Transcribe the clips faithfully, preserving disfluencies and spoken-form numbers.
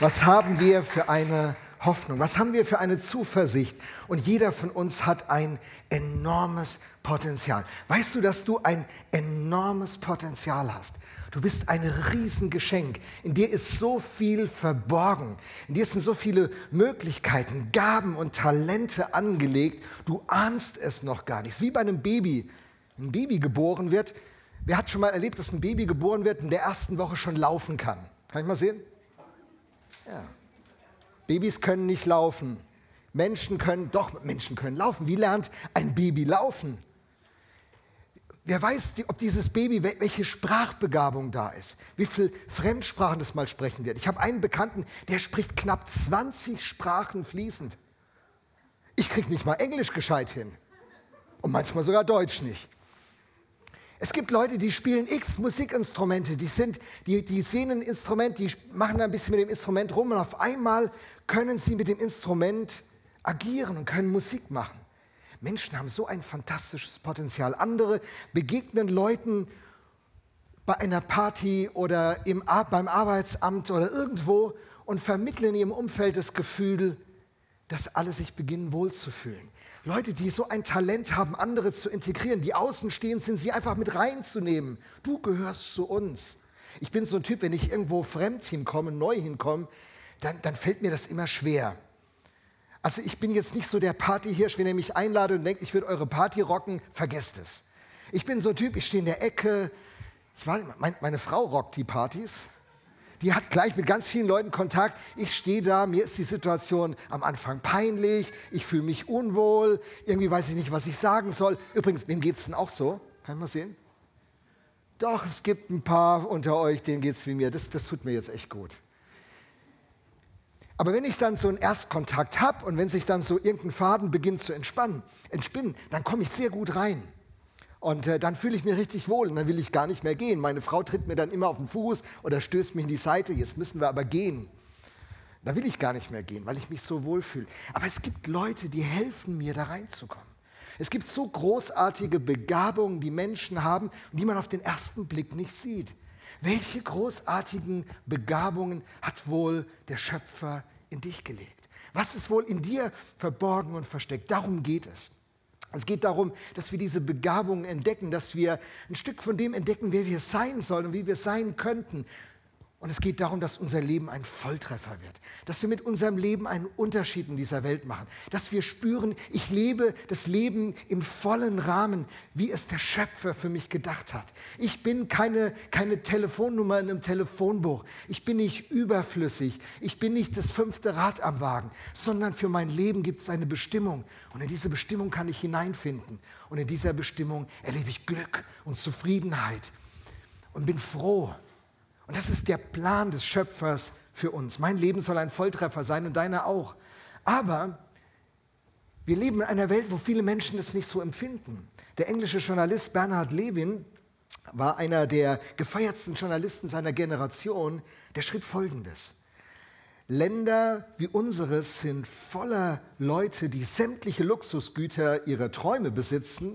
Was haben wir für eine Hoffnung? Was haben wir für eine Zuversicht? Und jeder von uns hat ein enormes Potenzial. Weißt du, dass du ein enormes Potenzial hast? Du bist ein Riesengeschenk. In dir ist so viel verborgen. In dir sind so viele Möglichkeiten, Gaben und Talente angelegt. Du ahnst es noch gar nicht. Es ist wie bei einem Baby. Ein Baby geboren wird. Wer hat schon mal erlebt, dass ein Baby geboren wird und in der ersten Woche schon laufen kann? Kann ich mal sehen? Ja. Babys können nicht laufen. Menschen können, doch, Menschen können laufen. Wie lernt ein Baby laufen? Wer weiß, ob dieses Baby, welche Sprachbegabung da ist, wie viel Fremdsprachen das mal sprechen wird. Ich habe einen Bekannten, der spricht knapp zwanzig Sprachen fließend. Ich kriege nicht mal Englisch gescheit hin und manchmal sogar Deutsch nicht. Es gibt Leute, die spielen x Musikinstrumente, die, sind, die, die sehen ein Instrument, die machen ein bisschen mit dem Instrument rum und auf einmal können sie mit dem Instrument agieren und können Musik machen. Menschen haben so ein fantastisches Potenzial. Andere begegnen Leuten bei einer Party oder im, beim Arbeitsamt oder irgendwo und vermitteln ihrem Umfeld das Gefühl, dass alle sich beginnen wohlzufühlen. Leute, die so ein Talent haben, andere zu integrieren, die außenstehend sind, sie einfach mit reinzunehmen. Du gehörst zu uns. Ich bin so ein Typ, wenn ich irgendwo fremd hinkomme, neu hinkomme, dann, dann fällt mir das immer schwer. Also ich bin jetzt nicht so der Partyhirsch, wenn ihr mich einladet und denkt, ich würde eure Party rocken, vergesst es. Ich bin so ein Typ, ich stehe in der Ecke, ich war, mein, meine Frau rockt die Partys. Die hat gleich mit ganz vielen Leuten Kontakt. Ich stehe da, mir ist die Situation am Anfang peinlich, ich fühle mich unwohl, irgendwie weiß ich nicht, was ich sagen soll. Übrigens, wem geht es denn auch so? Kann man sehen? Doch, es gibt ein paar unter euch, denen geht es wie mir. Das, das tut mir jetzt echt gut. Aber wenn ich dann so einen Erstkontakt habe und wenn sich dann so irgendein Faden beginnt zu entspannen, entspinnen, dann komme ich sehr gut rein. Und äh, dann fühle ich mich richtig wohl und dann will ich gar nicht mehr gehen. Meine Frau tritt mir dann immer auf den Fuß oder stößt mich in die Seite. Jetzt müssen wir aber gehen. Da will ich gar nicht mehr gehen, weil ich mich so wohl fühle. Aber es gibt Leute, die helfen mir, da reinzukommen. Es gibt so großartige Begabungen, die Menschen haben, die man auf den ersten Blick nicht sieht. Welche großartigen Begabungen hat wohl der Schöpfer in dich gelegt? Was ist wohl in dir verborgen und versteckt? Darum geht es. Es geht darum, dass wir diese Begabungen entdecken, dass wir ein Stück von dem entdecken, wer wir sein sollen und wie wir sein könnten. Und es geht darum, dass unser Leben ein Volltreffer wird, dass wir mit unserem Leben einen Unterschied in dieser Welt machen, dass wir spüren, ich lebe das Leben im vollen Rahmen, wie es der Schöpfer für mich gedacht hat. Ich bin keine, keine Telefonnummer in einem Telefonbuch, ich bin nicht überflüssig, ich bin nicht das fünfte Rad am Wagen, sondern für mein Leben gibt es eine Bestimmung und in diese Bestimmung kann ich hineinfinden und in dieser Bestimmung erlebe ich Glück und Zufriedenheit und bin froh. Und das ist der Plan des Schöpfers für uns. Mein Leben soll ein Volltreffer sein und deiner auch. Aber wir leben in einer Welt, wo viele Menschen das nicht so empfinden. Der englische Journalist Bernard Levin war einer der gefeiertsten Journalisten seiner Generation. Der schrieb Folgendes: Länder wie unseres sind voller Leute, die sämtliche Luxusgüter ihrer Träume besitzen,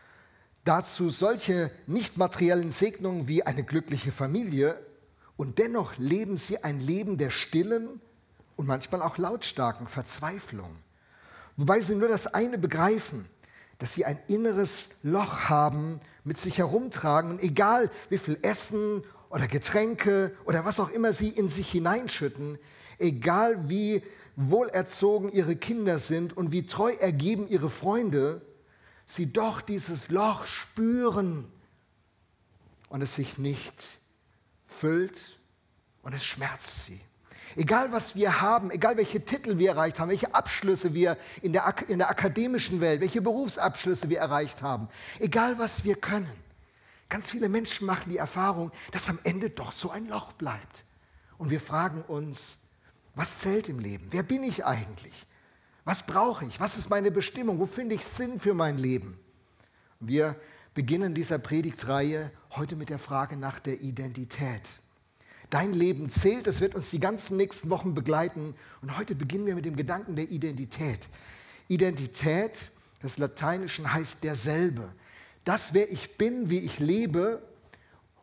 dazu solche nicht materiellen Segnungen wie eine glückliche Familie, und dennoch leben sie ein Leben der stillen und manchmal auch lautstarken Verzweiflung. Wobei sie nur das eine begreifen, dass sie ein inneres Loch haben, mit sich herumtragen, und egal wie viel Essen oder Getränke oder was auch immer sie in sich hineinschütten, egal wie wohlerzogen ihre Kinder sind und wie treu ergeben ihre Freunde, sie doch dieses Loch spüren und es sich nicht füllt und es schmerzt sie. Egal was wir haben, egal welche Titel wir erreicht haben, welche Abschlüsse wir in der, in der akademischen Welt, welche Berufsabschlüsse wir erreicht haben, egal was wir können. Ganz viele Menschen machen die Erfahrung, dass am Ende doch so ein Loch bleibt. Und wir fragen uns, was zählt im Leben? Wer bin ich eigentlich? Was brauche ich? Was ist meine Bestimmung? Wo finde ich Sinn für mein Leben? Wir beginnen dieser Predigtreihe heute mit der Frage nach der Identität. Dein Leben zählt, es wird uns die ganzen nächsten Wochen begleiten. Und heute beginnen wir mit dem Gedanken der Identität. Identität des Lateinischen heißt derselbe. Das, wer ich bin, wie ich lebe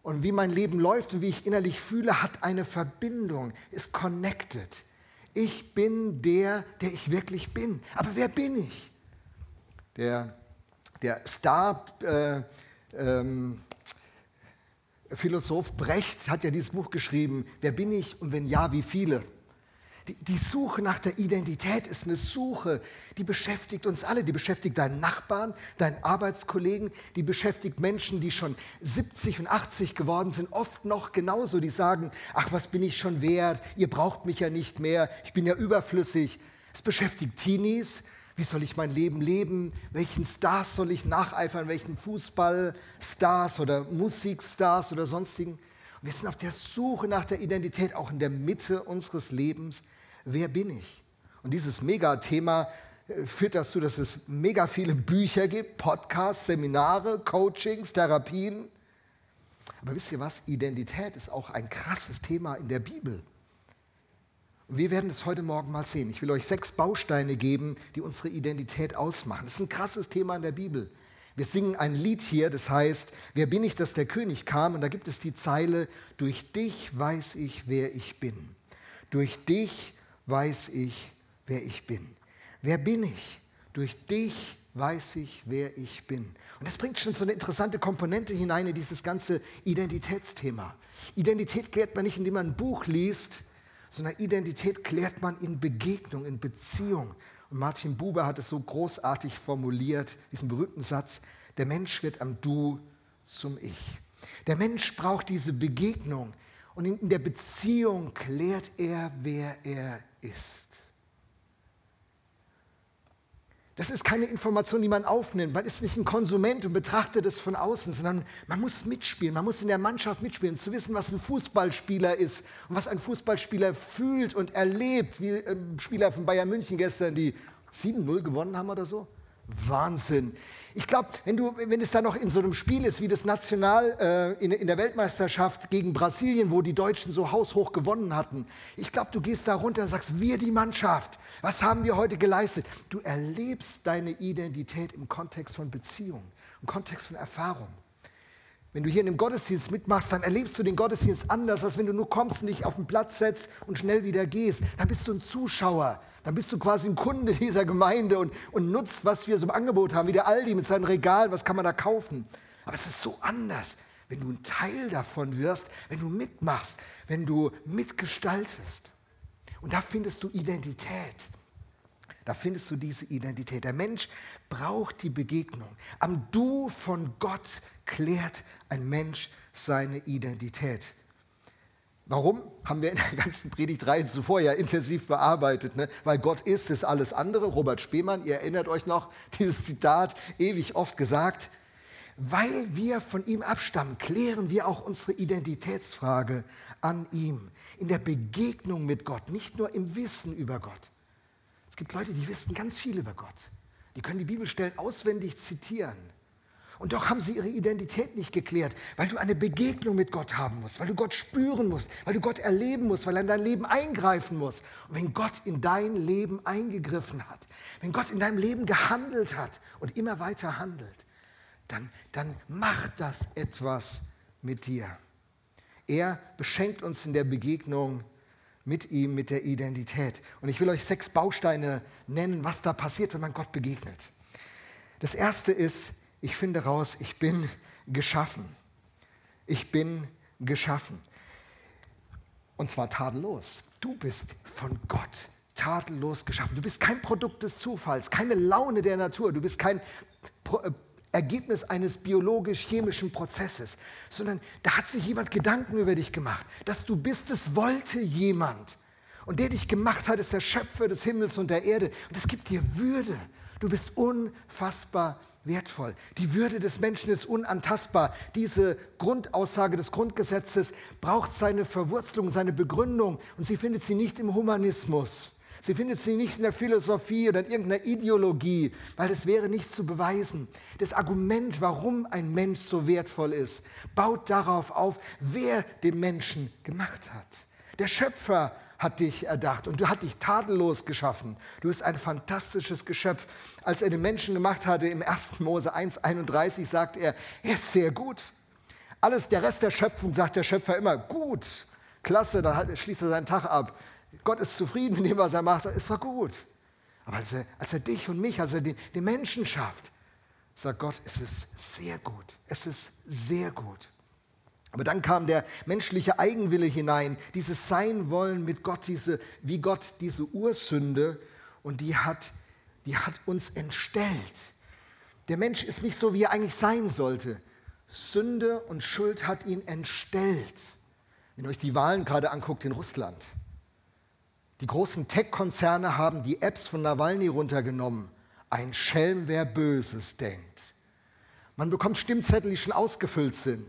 und wie mein Leben läuft und wie ich innerlich fühle, hat eine Verbindung, ist connected. Ich bin der, der ich wirklich bin. Aber wer bin ich? Der, der Star äh, ähm, Philosoph Brecht hat ja dieses Buch geschrieben, wer bin ich und wenn ja, wie viele? Die, die Suche nach der Identität ist eine Suche, die beschäftigt uns alle, die beschäftigt deinen Nachbarn, deinen Arbeitskollegen, die beschäftigt Menschen, die schon siebzig und achtzig geworden sind, oft noch genauso, die sagen, ach, was bin ich schon wert, ihr braucht mich ja nicht mehr, ich bin ja überflüssig. Es beschäftigt Teenies, wie soll ich mein Leben leben, welchen Stars soll ich nacheifern, welchen Fußballstars oder Musikstars oder sonstigen. Und wir sind auf der Suche nach der Identität, auch in der Mitte unseres Lebens. Wer bin ich? Und dieses Megathema führt dazu, dass es mega viele Bücher gibt, Podcasts, Seminare, Coachings, Therapien. Aber wisst ihr was? Identität ist auch ein krasses Thema in der Bibel. Und wir werden es heute Morgen mal sehen. Ich will euch sechs Bausteine geben, die unsere Identität ausmachen. Das ist ein krasses Thema in der Bibel. Wir singen ein Lied hier, das heißt, wer bin ich, dass der König kam? Und da gibt es die Zeile, durch dich weiß ich, wer ich bin. Durch dich weiß ich, wer ich bin. Wer bin ich? Durch dich weiß ich, wer ich bin. Und das bringt schon so eine interessante Komponente hinein in dieses ganze Identitätsthema. Identität klärt man nicht, indem man ein Buch liest, sondern Identität klärt man in Begegnung, in Beziehung. Und Martin Buber hat es so großartig formuliert, diesen berühmten Satz, der Mensch wird am Du zum Ich. Der Mensch braucht diese Begegnung und in der Beziehung klärt er, wer er ist. Das ist keine Information, die man aufnimmt. Man ist nicht ein Konsument und betrachtet es von außen, sondern man muss mitspielen. Man muss in der Mannschaft mitspielen, zu wissen, was ein Fußballspieler ist und was ein Fußballspieler fühlt und erlebt, wie ähm, Spieler von Bayern München gestern, die sieben null gewonnen haben oder so. Wahnsinn. Ich glaube, wenn, wenn es da noch in so einem Spiel ist, wie das National äh, in, in der Weltmeisterschaft gegen Brasilien, wo die Deutschen so haushoch gewonnen hatten, ich glaube, du gehst da runter und sagst, wir die Mannschaft, was haben wir heute geleistet? Du erlebst deine Identität im Kontext von Beziehung, im Kontext von Erfahrung. Wenn du hier in dem Gottesdienst mitmachst, dann erlebst du den Gottesdienst anders, als wenn du nur kommst und dich auf den Platz setzt und schnell wieder gehst. Dann bist du ein Zuschauer, dann bist du quasi ein Kunde dieser Gemeinde und, und nutzt, was wir so im Angebot haben, wie der Aldi mit seinen Regalen, was kann man da kaufen. Aber es ist so anders, wenn du ein Teil davon wirst, wenn du mitmachst, wenn du mitgestaltest. Und da findest du Identität. Da findest du diese Identität. Der Mensch braucht die Begegnung. Am Du von Gott klärt ein Mensch seine Identität. Warum? Haben wir in der ganzen Predigtreihe zuvor ja intensiv bearbeitet. Ne? Weil Gott ist es alles andere. Robert Spemann, ihr erinnert euch noch, dieses Zitat, ewig oft gesagt. Weil wir von ihm abstammen, klären wir auch unsere Identitätsfrage an ihm. In der Begegnung mit Gott, nicht nur im Wissen über Gott. Es gibt Leute, die wissen ganz viel über Gott. Die können die Bibelstellen auswendig zitieren. Und doch haben sie ihre Identität nicht geklärt, weil du eine Begegnung mit Gott haben musst, weil du Gott spüren musst, weil du Gott erleben musst, weil er in dein Leben eingreifen muss. Und wenn Gott in dein Leben eingegriffen hat, wenn Gott in deinem Leben gehandelt hat und immer weiter handelt, dann, dann macht das etwas mit dir. Er beschenkt uns in der Begegnung mit ihm, mit der Identität. Und ich will euch sechs Bausteine nennen, was da passiert, wenn man Gott begegnet. Das erste ist, ich finde raus, ich bin geschaffen. Ich bin geschaffen. Und zwar tadellos. Du bist von Gott tadellos geschaffen. Du bist kein Produkt des Zufalls, keine Laune der Natur. Du bist kein Pro- äh, Ergebnis eines biologisch-chemischen Prozesses, sondern da hat sich jemand Gedanken über dich gemacht. Dass du bist, es wollte jemand. Und der dich gemacht hat, ist der Schöpfer des Himmels und der Erde. Und es gibt dir Würde. Du bist unfassbar wertvoll. Die Würde des Menschen ist unantastbar. Diese Grundaussage des Grundgesetzes braucht seine Verwurzelung, seine Begründung. Und sie findet sie nicht im Humanismus. Sie findet sie nicht in der Philosophie oder in irgendeiner Ideologie, weil das wäre nicht zu beweisen. Das Argument, warum ein Mensch so wertvoll ist, baut darauf auf, wer den Menschen gemacht hat. Der Schöpfer hat dich erdacht und du hat dich tadellos geschaffen. Du bist ein fantastisches Geschöpf. Als er den Menschen gemacht hatte, im ersten Mose eins einunddreißig sagt er, er ist sehr gut. Alles, der Rest der Schöpfung, sagt der Schöpfer immer, gut, klasse, dann halt, schließt er seinen Tag ab. Gott ist zufrieden mit dem, was er macht, es war gut. Aber als er, als er dich und mich, als er den, den Menschen schafft, sagt Gott, es ist sehr gut, es ist sehr gut. Aber dann kam der menschliche Eigenwille hinein, dieses Sein-Wollen mit Gott, diese, wie Gott, diese Ursünde, und die hat, die hat uns entstellt. Der Mensch ist nicht so, wie er eigentlich sein sollte. Sünde und Schuld hat ihn entstellt. Wenn ihr euch die Wahlen gerade anguckt in Russland, die großen Tech-Konzerne haben die Apps von Nawalny runtergenommen. Ein Schelm, wer Böses denkt. Man bekommt Stimmzettel, die schon ausgefüllt sind.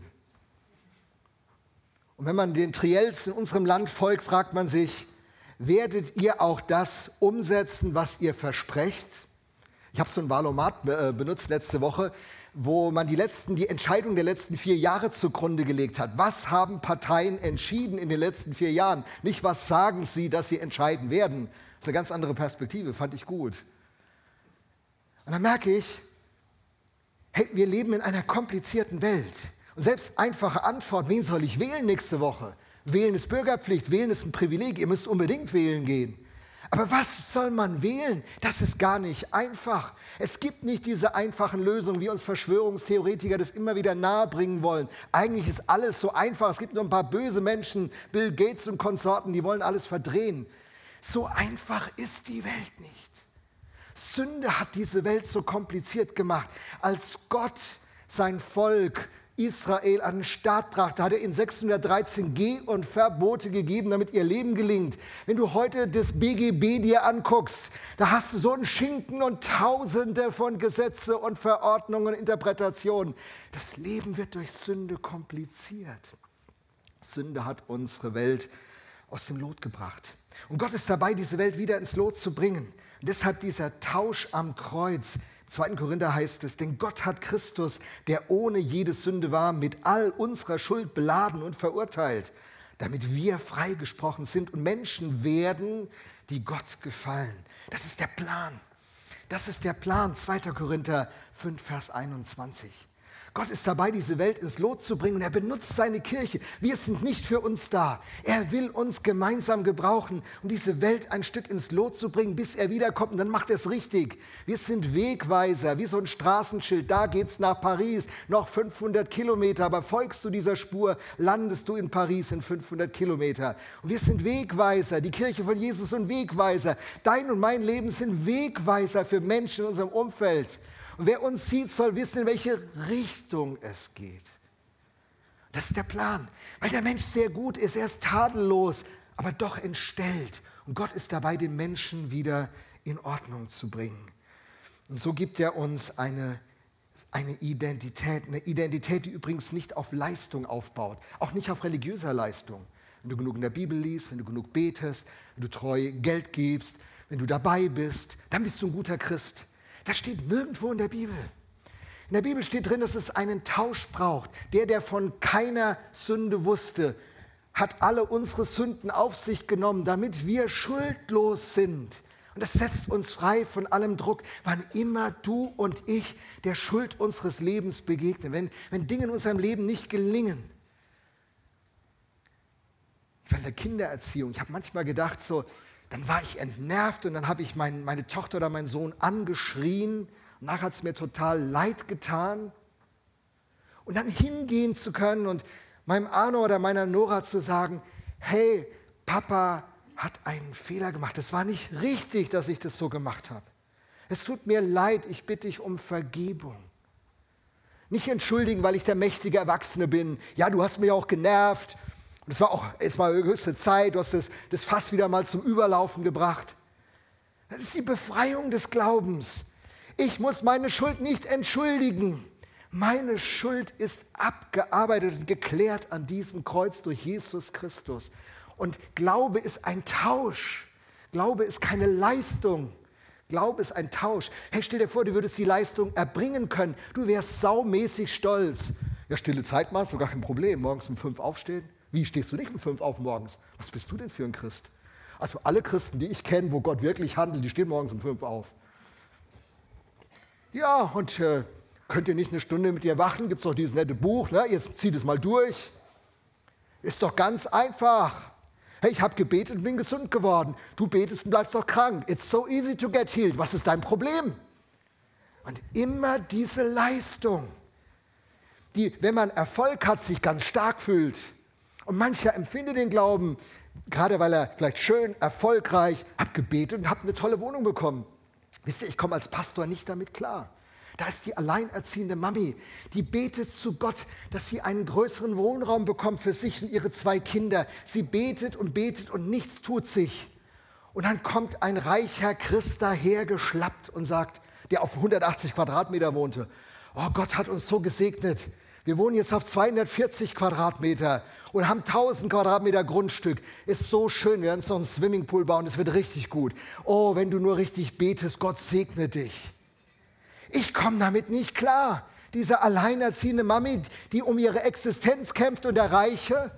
Und wenn man den Triels in unserem Land folgt, fragt man sich, werdet ihr auch das umsetzen, was ihr versprecht? Ich habe so ein Wahlomat benutzt letzte Woche, wo man die, letzten, die Entscheidung der letzten vier Jahre zugrunde gelegt hat. Was haben Parteien entschieden in den letzten vier Jahren? Nicht, was sagen sie, dass sie entscheiden werden. Das ist eine ganz andere Perspektive, fand ich gut. Und dann merke ich, hey, wir leben in einer komplizierten Welt. Und selbst einfache Antwort, wen soll ich wählen nächste Woche? Wählen ist Bürgerpflicht, wählen ist ein Privileg, ihr müsst unbedingt wählen gehen. Aber was soll man wählen? Das ist gar nicht einfach. Es gibt nicht diese einfachen Lösungen, wie uns Verschwörungstheoretiker das immer wieder nahebringen wollen. Eigentlich ist alles so einfach. Es gibt nur ein paar böse Menschen, Bill Gates und Konsorten, die wollen alles verdrehen. So einfach ist die Welt nicht. Sünde hat diese Welt so kompliziert gemacht. Als Gott sein Volk Israel an den Start brachte, hat er in sechshundertdreizehn Geh- und Verbote gegeben, damit ihr Leben gelingt. Wenn du heute das B G B dir anguckst, da hast du so einen Schinken und Tausende von Gesetze und Verordnungen und Interpretationen. Das Leben wird durch Sünde kompliziert. Sünde hat unsere Welt aus dem Lot gebracht. Und Gott ist dabei, diese Welt wieder ins Lot zu bringen. Und deshalb dieser Tausch am Kreuz. zweiten Korinther heißt es, denn Gott hat Christus, der ohne jede Sünde war, mit all unserer Schuld beladen und verurteilt, damit wir freigesprochen sind und Menschen werden, die Gott gefallen. Das ist der Plan. Das ist der Plan, zweiter Korinther fünf, Vers einundzwanzig. Gott ist dabei, diese Welt ins Lot zu bringen und er benutzt seine Kirche. Wir sind nicht für uns da. Er will uns gemeinsam gebrauchen, um diese Welt ein Stück ins Lot zu bringen, bis er wiederkommt und dann macht er es richtig. Wir sind Wegweiser, wie so ein Straßenschild. Da geht's nach Paris, noch fünfhundert Kilometer, aber folgst du dieser Spur, landest du in Paris in fünfhundert Kilometer. Und wir sind Wegweiser, die Kirche von Jesus und Wegweiser. Dein und mein Leben sind Wegweiser für Menschen in unserem Umfeld. Und wer uns sieht, soll wissen, in welche Richtung es geht. Das ist der Plan. Weil der Mensch sehr gut ist, er ist tadellos, aber doch entstellt. Und Gott ist dabei, den Menschen wieder in Ordnung zu bringen. Und so gibt er uns eine, eine Identität, eine Identität, die übrigens nicht auf Leistung aufbaut, auch nicht auf religiöser Leistung. Wenn du genug in der Bibel liest, wenn du genug betest, wenn du treu Geld gibst, wenn du dabei bist, dann bist du ein guter Christ. Das steht nirgendwo in der Bibel. In der Bibel steht drin, dass es einen Tausch braucht. Der, der von keiner Sünde wusste, hat alle unsere Sünden auf sich genommen, damit wir schuldlos sind. Und das setzt uns frei von allem Druck, wann immer du und ich der Schuld unseres Lebens begegnen. Wenn, wenn Dinge in unserem Leben nicht gelingen. Ich weiß, in der Kindererziehung, ich habe manchmal gedacht, so, dann war ich entnervt und dann habe ich mein, meine Tochter oder meinen Sohn angeschrien. Und nachher hat es mir total leid getan. Und dann hingehen zu können und meinem Arno oder meiner Nora zu sagen, hey, Papa hat einen Fehler gemacht. Es war nicht richtig, dass ich das so gemacht habe. Es tut mir leid, ich bitte dich um Vergebung. Nicht entschuldigen, weil ich der mächtige Erwachsene bin. Ja, du hast mich auch genervt. Und es war auch, es war höchste Zeit, du hast das, das Fass wieder mal zum Überlaufen gebracht. Das ist die Befreiung des Glaubens. Ich muss meine Schuld nicht entschuldigen. Meine Schuld ist abgearbeitet und geklärt an diesem Kreuz durch Jesus Christus. Und Glaube ist ein Tausch. Glaube ist keine Leistung. Glaube ist ein Tausch. Hey, stell dir vor, du würdest die Leistung erbringen können. Du wärst saumäßig stolz. Ja, stille Zeit mal, ist doch gar kein Problem. Morgens um fünf aufstehen. Wie, stehst du nicht um fünf auf morgens? Was bist du denn für ein Christ? Also alle Christen, die ich kenne, wo Gott wirklich handelt, die stehen morgens um fünf auf. Ja, und äh, Könnt ihr nicht eine Stunde mit ihr wachen? Gibt es doch dieses nette Buch, ne? Jetzt zieht es mal durch. Ist doch ganz einfach. Hey, ich habe gebetet und bin gesund geworden. Du betest und bleibst doch krank. It's so easy to get healed. Was ist dein Problem? Und immer diese Leistung, die, wenn man Erfolg hat, sich ganz stark fühlt. Und mancher empfindet den Glauben, gerade weil er vielleicht schön, erfolgreich, hat gebetet und hat eine tolle Wohnung bekommen. Wisst ihr, ich komme als Pastor nicht damit klar. Da ist die alleinerziehende Mami, die betet zu Gott, dass sie einen größeren Wohnraum bekommt für sich und ihre zwei Kinder. Sie betet und betet und nichts tut sich. Und dann kommt ein reicher Christ dahergeschlappt und sagt, der auf hundertachtzig Quadratmeter wohnte, oh, Gott hat uns so gesegnet. Wir wohnen jetzt auf zweihundertvierzig Quadratmeter und haben tausend Quadratmeter Grundstück. Ist so schön, wir werden uns noch einen Swimmingpool bauen, das wird richtig gut. Oh, wenn du nur richtig betest, Gott segne dich. Ich komme damit nicht klar. Diese alleinerziehende Mami, die um ihre Existenz kämpft und der Reiche.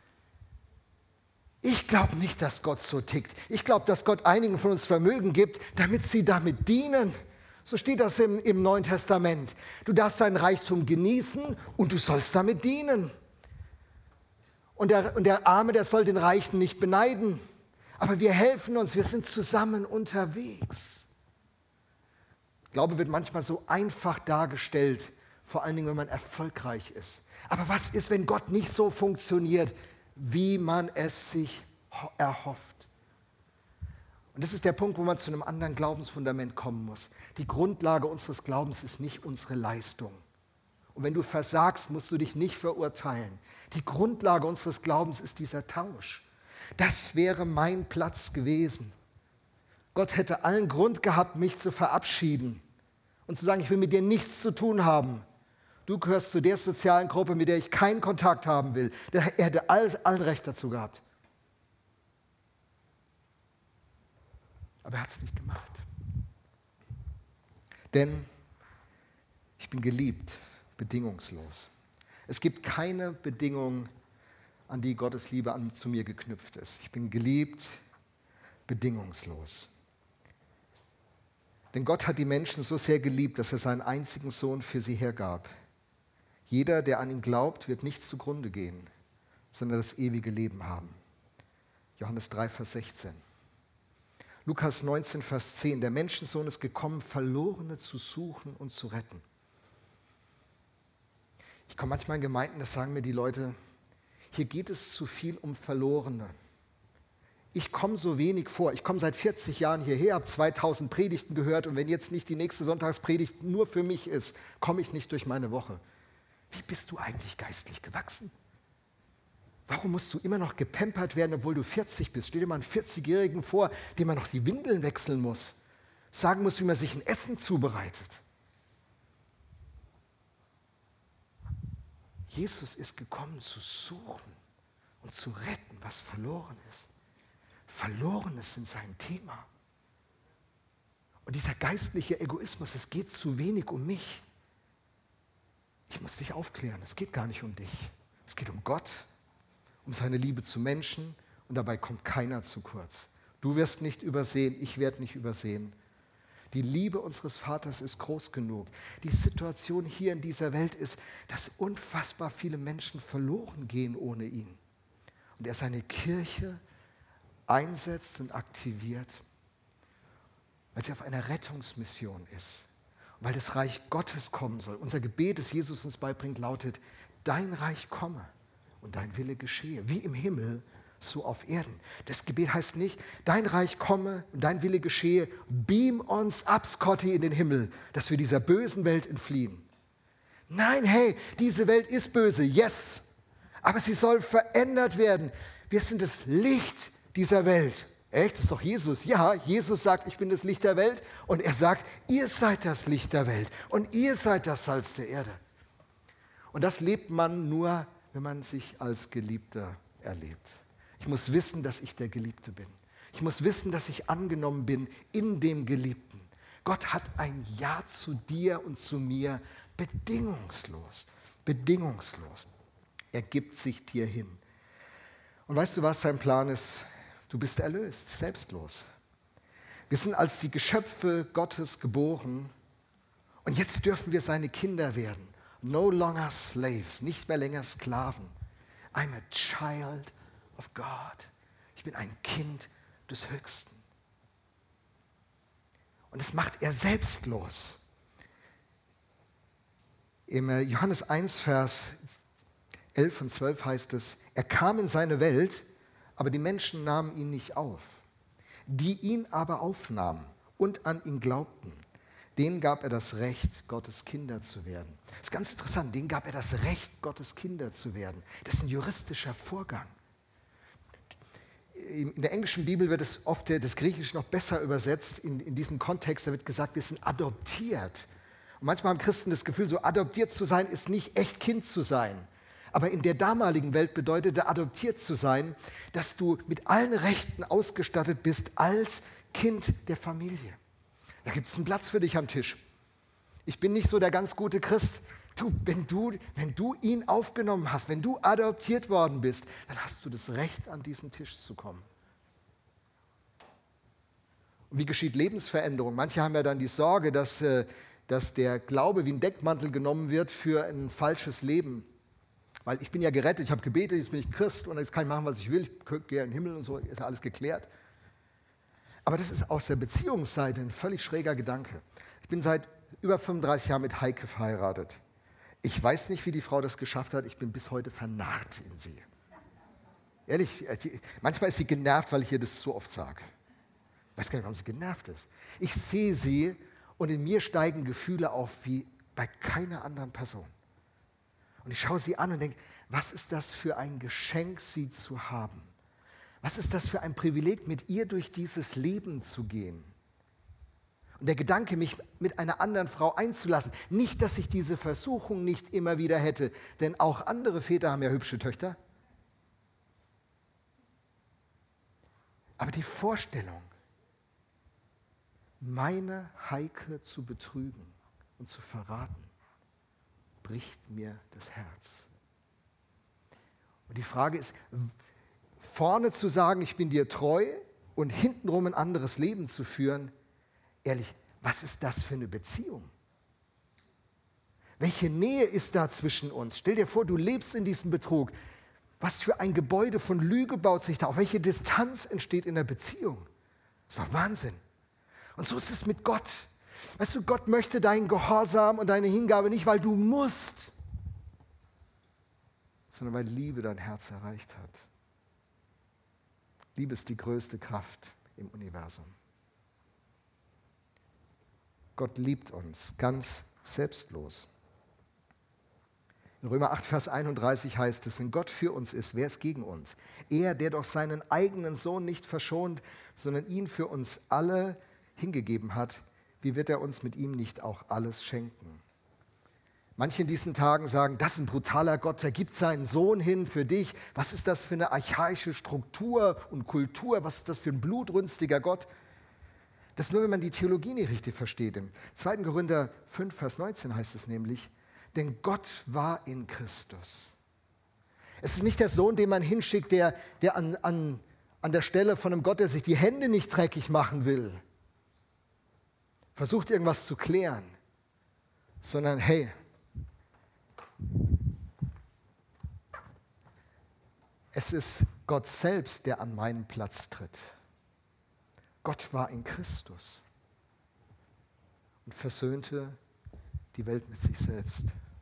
Ich glaube nicht, dass Gott so tickt. Ich glaube, dass Gott einigen von uns Vermögen gibt, damit sie damit dienen. So steht das im, im Neuen Testament. Du darfst dein Reichtum genießen und du sollst damit dienen. Und der, und der Arme, der soll den Reichen nicht beneiden. Aber wir helfen uns, wir sind zusammen unterwegs. Glaube wird manchmal so einfach dargestellt, vor allen Dingen, wenn man erfolgreich ist. Aber was ist, wenn Gott nicht so funktioniert, wie man es sich erhofft? Und das ist der Punkt, wo man zu einem anderen Glaubensfundament kommen muss. Die Grundlage unseres Glaubens ist nicht unsere Leistung. Und wenn du versagst, musst du dich nicht verurteilen. Die Grundlage unseres Glaubens ist dieser Tausch. Das wäre mein Platz gewesen. Gott hätte allen Grund gehabt, mich zu verabschieden und zu sagen, ich will mit dir nichts zu tun haben. Du gehörst zu der sozialen Gruppe, mit der ich keinen Kontakt haben will. Er hätte alles, allen Recht dazu gehabt. Aber er hat es nicht gemacht. Denn ich bin geliebt, bedingungslos. Es gibt keine Bedingung, an die Gottes Liebe an, zu mir geknüpft ist. Ich bin geliebt, bedingungslos. Denn Gott hat die Menschen so sehr geliebt, dass er seinen einzigen Sohn für sie hergab. Jeder, der an ihn glaubt, wird nicht zugrunde gehen, sondern das ewige Leben haben. Johannes drei, Vers sechzehn. Lukas neunzehn, Vers zehn. Der Menschensohn ist gekommen, Verlorene zu suchen und zu retten. Ich komme manchmal in Gemeinden, da sagen mir die Leute, hier geht es zu viel um Verlorene. Ich komme so wenig vor. Ich komme seit vierzig Jahren hierher, habe zweitausend Predigten gehört und wenn jetzt nicht die nächste Sonntagspredigt nur für mich ist, komme ich nicht durch meine Woche. Wie bist du eigentlich geistlich gewachsen? Warum musst du immer noch gepampert werden, obwohl du vierzig bist? Stell dir mal einen vierzigjährigen vor, dem man noch die Windeln wechseln muss, sagen muss, wie man sich ein Essen zubereitet. Jesus ist gekommen, zu suchen und zu retten, was verloren ist. Verlorenes sind sein Thema. Und dieser geistliche Egoismus, es geht zu wenig um mich. Ich muss dich aufklären, es geht gar nicht um dich. Es geht um Gott, um seine Liebe zu Menschen und dabei kommt keiner zu kurz. Du wirst nicht übersehen, ich werde nicht übersehen. Die Liebe unseres Vaters ist groß genug. Die Situation hier in dieser Welt ist, dass unfassbar viele Menschen verloren gehen ohne ihn. Und er seine Kirche einsetzt und aktiviert, weil sie auf einer Rettungsmission ist. Und weil das Reich Gottes kommen soll. Unser Gebet, das Jesus uns beibringt, lautet, dein Reich komme und dein Wille geschehe, wie im Himmel, so auf Erden. Das Gebet heißt nicht, dein Reich komme und dein Wille geschehe, beam uns ab, Scotty, in den Himmel, dass wir dieser bösen Welt entfliehen. Nein, hey, diese Welt ist böse, yes, aber sie soll verändert werden. Wir sind das Licht dieser Welt. Echt? Das ist doch Jesus. Ja, Jesus sagt, ich bin das Licht der Welt und er sagt, ihr seid das Licht der Welt und ihr seid das Salz der Erde. Und das lebt man nur, wenn man sich als Geliebter erlebt. Ich muss wissen, dass ich der Geliebte bin. Ich muss wissen, dass ich angenommen bin in dem Geliebten. Gott hat ein Ja zu dir und zu mir bedingungslos. Bedingungslos. Er gibt sich dir hin. Und weißt du, was sein Plan ist? Du bist erlöst, selbstlos. Wir sind als die Geschöpfe Gottes geboren Und jetzt dürfen wir seine Kinder werden. No longer slaves, nicht mehr länger Sklaven. I'm a child of God. Ich bin ein Kind des Höchsten. Und das macht er selbstlos. Im Johannes eins, Vers elf und zwölf heißt es, er kam in seine Welt, aber die Menschen nahmen ihn nicht auf. Die ihn aber aufnahmen und an ihn glaubten, denen gab er das Recht, Gottes Kinder zu werden. Das ist ganz interessant, denen gab er das Recht, Gottes Kinder zu werden. Das ist ein juristischer Vorgang. In der englischen Bibel wird es oft das Griechische noch besser übersetzt. In, in diesem Kontext, da wird gesagt, wir sind adoptiert. Und manchmal haben Christen das Gefühl, so adoptiert zu sein, ist nicht echt Kind zu sein. Aber in der damaligen Welt bedeutete adoptiert zu sein, dass du mit allen Rechten ausgestattet bist als Kind der Familie. Da gibt es einen Platz für dich am Tisch. Ich bin nicht so der ganz gute Christ. Du, wenn du, wenn du ihn aufgenommen hast, wenn du adoptiert worden bist, dann hast du das Recht, an diesen Tisch zu kommen. Und wie geschieht Lebensveränderung? Manche haben ja dann die Sorge, dass, dass der Glaube wie ein Deckmantel genommen wird für ein falsches Leben. Weil ich bin ja gerettet, ich habe gebetet, jetzt bin ich Christ und jetzt kann ich machen, was ich will, ich gehe in den Himmel und so, ist ja alles geklärt. Aber das ist aus der Beziehungsseite ein völlig schräger Gedanke. Ich bin seit über fünfunddreißig Jahren mit Heike verheiratet. Ich weiß nicht, wie die Frau das geschafft hat, ich bin bis heute vernarrt in sie. Ehrlich, manchmal ist sie genervt, weil ich ihr das zu oft sage. Ich weiß gar nicht, warum sie genervt ist. Ich sehe sie und in mir steigen Gefühle auf wie bei keiner anderen Person. Und ich schaue sie an und denke, was ist das für ein Geschenk, sie zu haben? Was ist das für ein Privileg, mit ihr durch dieses Leben zu gehen? Und der Gedanke, mich mit einer anderen Frau einzulassen, nicht, dass ich diese Versuchung nicht immer wieder hätte, denn auch andere Väter haben ja hübsche Töchter. Aber die Vorstellung, meine Heike zu betrügen und zu verraten, bricht mir das Herz. Und die Frage ist, vorne zu sagen, ich bin dir treu und hintenrum ein anderes Leben zu führen, ehrlich, was ist das für eine Beziehung? Welche Nähe ist da zwischen uns? Stell dir vor, du lebst in diesem Betrug. Was für ein Gebäude von Lüge baut sich da auf? Welche Distanz entsteht in der Beziehung? Das ist doch Wahnsinn. Und so ist es mit Gott. Weißt du, Gott möchte deinen Gehorsam und deine Hingabe nicht, weil du musst, sondern weil Liebe dein Herz erreicht hat. Liebe ist die größte Kraft im Universum. Gott liebt uns ganz selbstlos. In Römer acht, Vers einunddreißig heißt es, wenn Gott für uns ist, wer ist gegen uns? Er, der doch seinen eigenen Sohn nicht verschont, sondern ihn für uns alle hingegeben hat, wie wird er uns mit ihm nicht auch alles schenken? Manche in diesen Tagen sagen, das ist ein brutaler Gott, der gibt seinen Sohn hin für dich. Was ist das für eine archaische Struktur und Kultur? Was ist das für ein blutrünstiger Gott? Das ist nur, wenn man die Theologie nicht richtig versteht. Im zweiten Korinther fünf, Vers neunzehn heißt es nämlich, denn Gott war in Christus. Es ist nicht der Sohn, den man hinschickt, der, der an, an, an der Stelle von einem Gott, der sich die Hände nicht dreckig machen will, versucht irgendwas zu klären, sondern hey, es ist Gott selbst, der an meinen Platz tritt. Gott war in Christus und versöhnte die Welt mit sich selbst.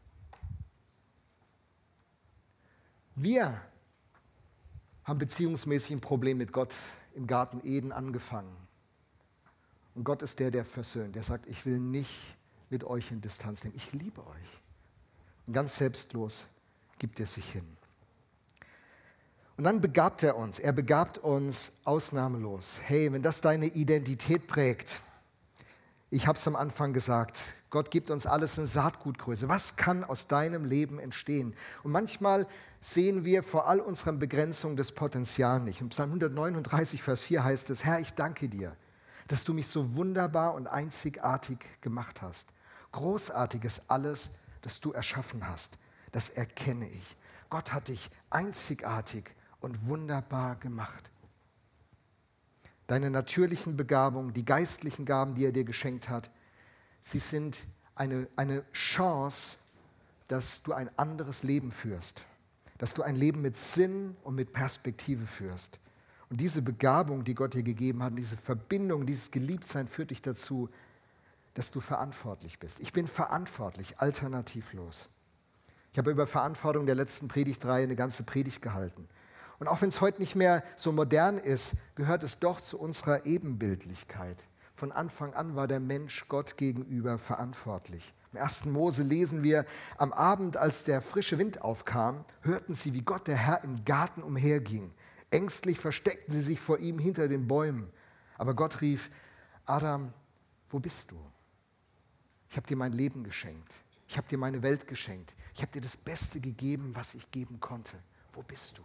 Wir haben beziehungsmäßig ein Problem mit Gott im Garten Eden angefangen. Und Gott ist der, der versöhnt. Der sagt, ich will nicht mit euch in Distanz nehmen. Ich liebe euch. Und ganz selbstlos gibt er sich hin. Und dann begabt er uns. Er begabt uns ausnahmelos. Hey, wenn das deine Identität prägt, ich habe es am Anfang gesagt, Gott gibt uns alles in Saatgutgröße. Was kann aus deinem Leben entstehen? Und manchmal sehen wir vor all unseren Begrenzungen das Potenzial nicht. Im Psalm hundertneununddreißig, Vers vier heißt es, Herr, ich danke dir, dass du mich so wunderbar und einzigartig gemacht hast. Großartig ist alles, das du erschaffen hast. Das erkenne ich. Gott hat dich einzigartig und wunderbar gemacht. Deine natürlichen Begabungen, die geistlichen Gaben, die er dir geschenkt hat, sie sind eine, eine Chance, dass du ein anderes Leben führst, dass du ein Leben mit Sinn und mit Perspektive führst. Und diese Begabung, die Gott dir gegeben hat, diese Verbindung, dieses Geliebtsein führt dich dazu, dass du verantwortlich bist. Ich bin verantwortlich, alternativlos. Ich habe über Verantwortung in der letzten Predigtreihe eine ganze Predigt gehalten. Und auch wenn es heute nicht mehr so modern ist, gehört es doch zu unserer Ebenbildlichkeit. Von Anfang an war der Mensch Gott gegenüber verantwortlich. Im ersten Mose lesen wir, am Abend, als der frische Wind aufkam, hörten sie, wie Gott, der Herr, im Garten umherging. Ängstlich versteckten sie sich vor ihm hinter den Bäumen. Aber Gott rief, Adam, wo bist du? Ich habe dir mein Leben geschenkt. Ich habe dir meine Welt geschenkt. Ich habe dir das Beste gegeben, was ich geben konnte. Wo bist du?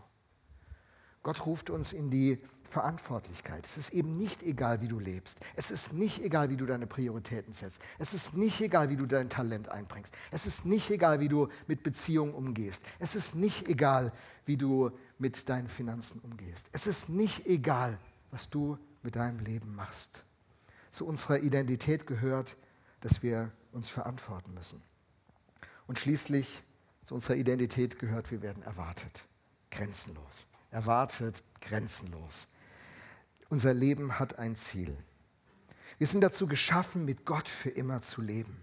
Gott ruft uns in die Verantwortlichkeit. Es ist eben nicht egal, wie du lebst. Es ist nicht egal, wie du deine Prioritäten setzt. Es ist nicht egal, wie du dein Talent einbringst. Es ist nicht egal, wie du mit Beziehungen umgehst. Es ist nicht egal, wie du mit deinen Finanzen umgehst. Es ist nicht egal, was du mit deinem Leben machst. Zu unserer Identität gehört, dass wir uns verantworten müssen. Und schließlich zu unserer Identität gehört, wir werden erwartet. Grenzenlos. Erwartet, grenzenlos. Unser Leben hat ein Ziel. Wir sind dazu geschaffen, mit Gott für immer zu leben.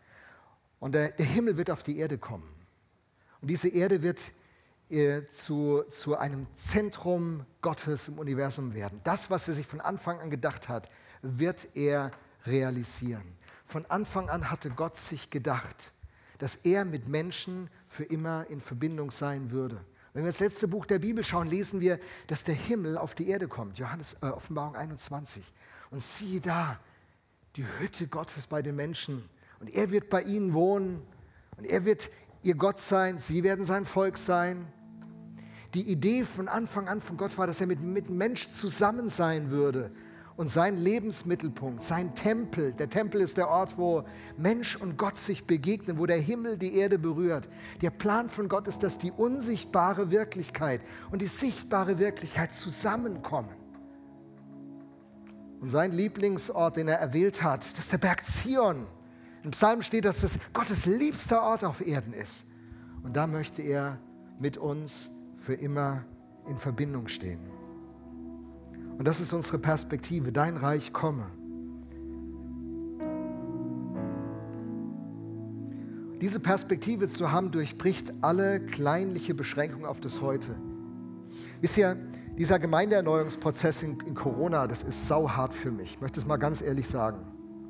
Und der, der Himmel wird auf die Erde kommen. Und diese Erde wird äh, zu, zu einem Zentrum Gottes im Universum werden. Das, was er sich von Anfang an gedacht hat, wird er realisieren. Von Anfang an hatte Gott sich gedacht, dass er mit Menschen für immer in Verbindung sein würde. Wenn wir ins letzte Buch der Bibel schauen, lesen wir, dass der Himmel auf die Erde kommt. Johannes, äh, Offenbarung einundzwanzig. Und siehe da, die Hütte Gottes bei den Menschen. Und er wird bei ihnen wohnen. Und er wird ihr Gott sein. Sie werden sein Volk sein. Die Idee von Anfang an von Gott war, dass er mit, mit Mensch zusammen sein würde. Und sein Lebensmittelpunkt, sein Tempel, der Tempel ist der Ort, wo Mensch und Gott sich begegnen, wo der Himmel die Erde berührt. Der Plan von Gott ist, dass die unsichtbare Wirklichkeit und die sichtbare Wirklichkeit zusammenkommen. Und sein Lieblingsort, den er erwählt hat, das ist der Berg Zion. Im Psalm steht, dass das Gottes liebster Ort auf Erden ist. Und da möchte er mit uns für immer in Verbindung stehen. Und das ist unsere Perspektive, dein Reich komme. Diese Perspektive zu haben, durchbricht alle kleinliche Beschränkungen auf das Heute. Wisst ihr, dieser Gemeindeerneuerungsprozess in, in Corona, das ist sauhart für mich. Ich möchte es mal ganz ehrlich sagen.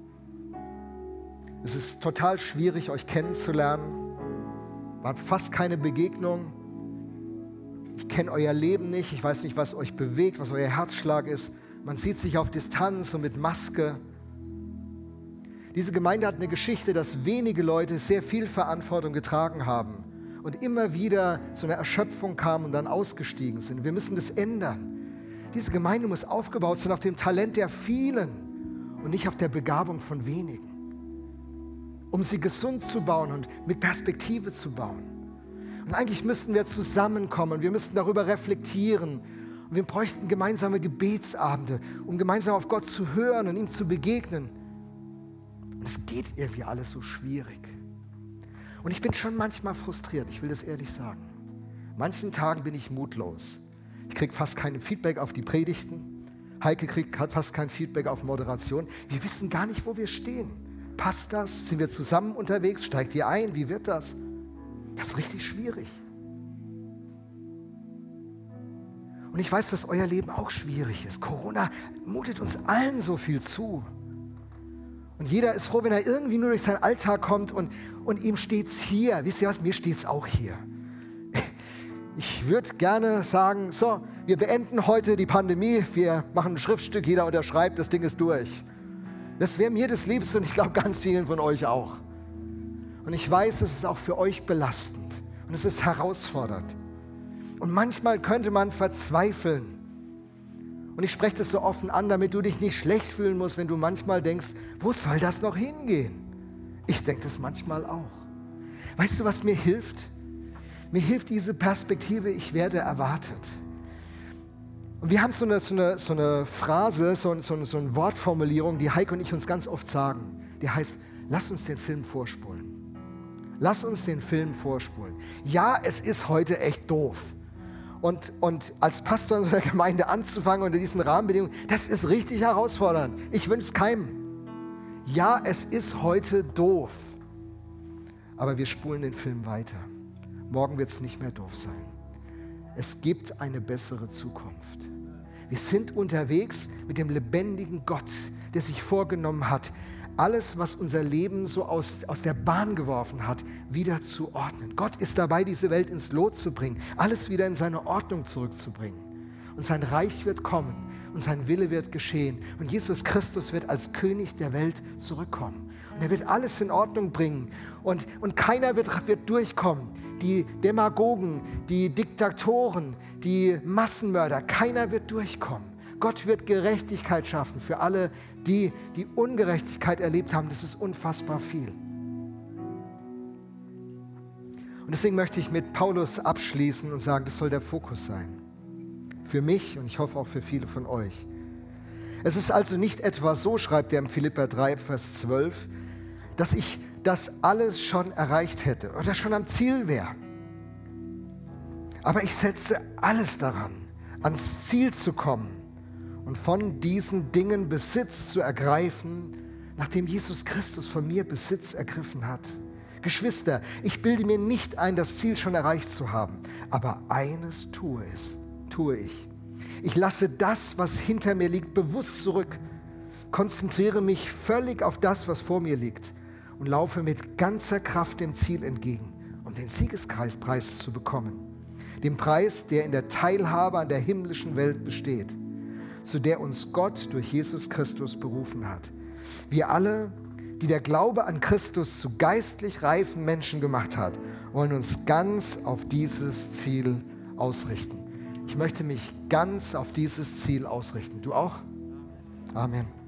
Es ist total schwierig, euch kennenzulernen. War fast keine Begegnung. Ich kenne euer Leben nicht, ich weiß nicht, was euch bewegt, was euer Herzschlag ist. Man sieht sich auf Distanz und mit Maske. Diese Gemeinde hat eine Geschichte, dass wenige Leute sehr viel Verantwortung getragen haben und immer wieder zu einer Erschöpfung kamen und dann ausgestiegen sind. Wir müssen das ändern. Diese Gemeinde muss aufgebaut sein auf dem Talent der vielen und nicht auf der Begabung von wenigen. Um sie gesund zu bauen und mit Perspektive zu bauen. Und eigentlich müssten wir zusammenkommen, wir müssten darüber reflektieren. Und wir bräuchten gemeinsame Gebetsabende, um gemeinsam auf Gott zu hören und ihm zu begegnen. Und es geht irgendwie alles so schwierig. Und ich bin schon manchmal frustriert, ich will das ehrlich sagen. Manchen Tagen bin ich mutlos. Ich kriege fast kein Feedback auf die Predigten. Heike kriegt fast kein Feedback auf Moderation. Wir wissen gar nicht, wo wir stehen. Passt das? Sind wir zusammen unterwegs? Steigt ihr ein? Wie wird das? Das ist richtig schwierig. Und ich weiß, dass euer Leben auch schwierig ist. Corona mutet uns allen so viel zu. Und jeder ist froh, wenn er irgendwie nur durch seinen Alltag kommt und, und ihm steht's hier. Wisst ihr was? Mir steht's auch hier. Ich würde gerne sagen, so, wir beenden heute die Pandemie. Wir machen ein Schriftstück, jeder unterschreibt, das Ding ist durch. Das wäre mir das Liebste und ich glaube ganz vielen von euch auch. Und ich weiß, es ist auch für euch belastend und es ist herausfordernd. Und manchmal könnte man verzweifeln. Und ich spreche das so offen an, damit du dich nicht schlecht fühlen musst, wenn du manchmal denkst, wo soll das noch hingehen? Ich denke das manchmal auch. Weißt du, was mir hilft? Mir hilft diese Perspektive, ich werde erwartet. Und wir haben so eine, so eine, so eine Phrase, so, so, so eine Wortformulierung, die Heike und ich uns ganz oft sagen. Die heißt, Lass uns den Film vorspulen. Lass uns den Film vorspulen. Ja, es ist heute echt doof. Und, und als Pastor in so einer Gemeinde anzufangen unter diesen Rahmenbedingungen, das ist richtig herausfordernd. Ich wünsche es keinem. Ja, es ist heute doof. Aber wir spulen den Film weiter. Morgen wird es nicht mehr doof sein. Es gibt eine bessere Zukunft. Wir sind unterwegs mit dem lebendigen Gott, der sich vorgenommen hat, alles, was unser Leben so aus, aus der Bahn geworfen hat, wieder zu ordnen. Gott ist dabei, diese Welt ins Lot zu bringen, alles wieder in seine Ordnung zurückzubringen. Und sein Reich wird kommen und sein Wille wird geschehen. Und Jesus Christus wird als König der Welt zurückkommen. Und er wird alles in Ordnung bringen. Und, und keiner wird, wird durchkommen. Die Demagogen, die Diktatoren, die Massenmörder, keiner wird durchkommen. Gott wird Gerechtigkeit schaffen für alle, die die Ungerechtigkeit erlebt haben. Das ist unfassbar viel. Und deswegen möchte ich mit Paulus abschließen und sagen, das soll der Fokus sein. Für mich und ich hoffe auch für viele von euch. Es ist also nicht etwa so, schreibt er im Philipper drei, Vers zwölf, dass ich das alles schon erreicht hätte oder schon am Ziel wäre. Aber ich setze alles daran, ans Ziel zu kommen und von diesen Dingen Besitz zu ergreifen, nachdem Jesus Christus von mir Besitz ergriffen hat. Geschwister, ich bilde mir nicht ein, das Ziel schon erreicht zu haben, aber eines tue ich, tue ich. Ich lasse das, was hinter mir liegt, bewusst zurück, konzentriere mich völlig auf das, was vor mir liegt und laufe mit ganzer Kraft dem Ziel entgegen, um den Siegespreis zu bekommen. Dem Preis, der in der Teilhabe an der himmlischen Welt besteht, zu der uns Gott durch Jesus Christus berufen hat. Wir alle, die der Glaube an Christus zu geistlich reifen Menschen gemacht hat, wollen uns ganz auf dieses Ziel ausrichten. Ich möchte mich ganz auf dieses Ziel ausrichten. Du auch? Amen.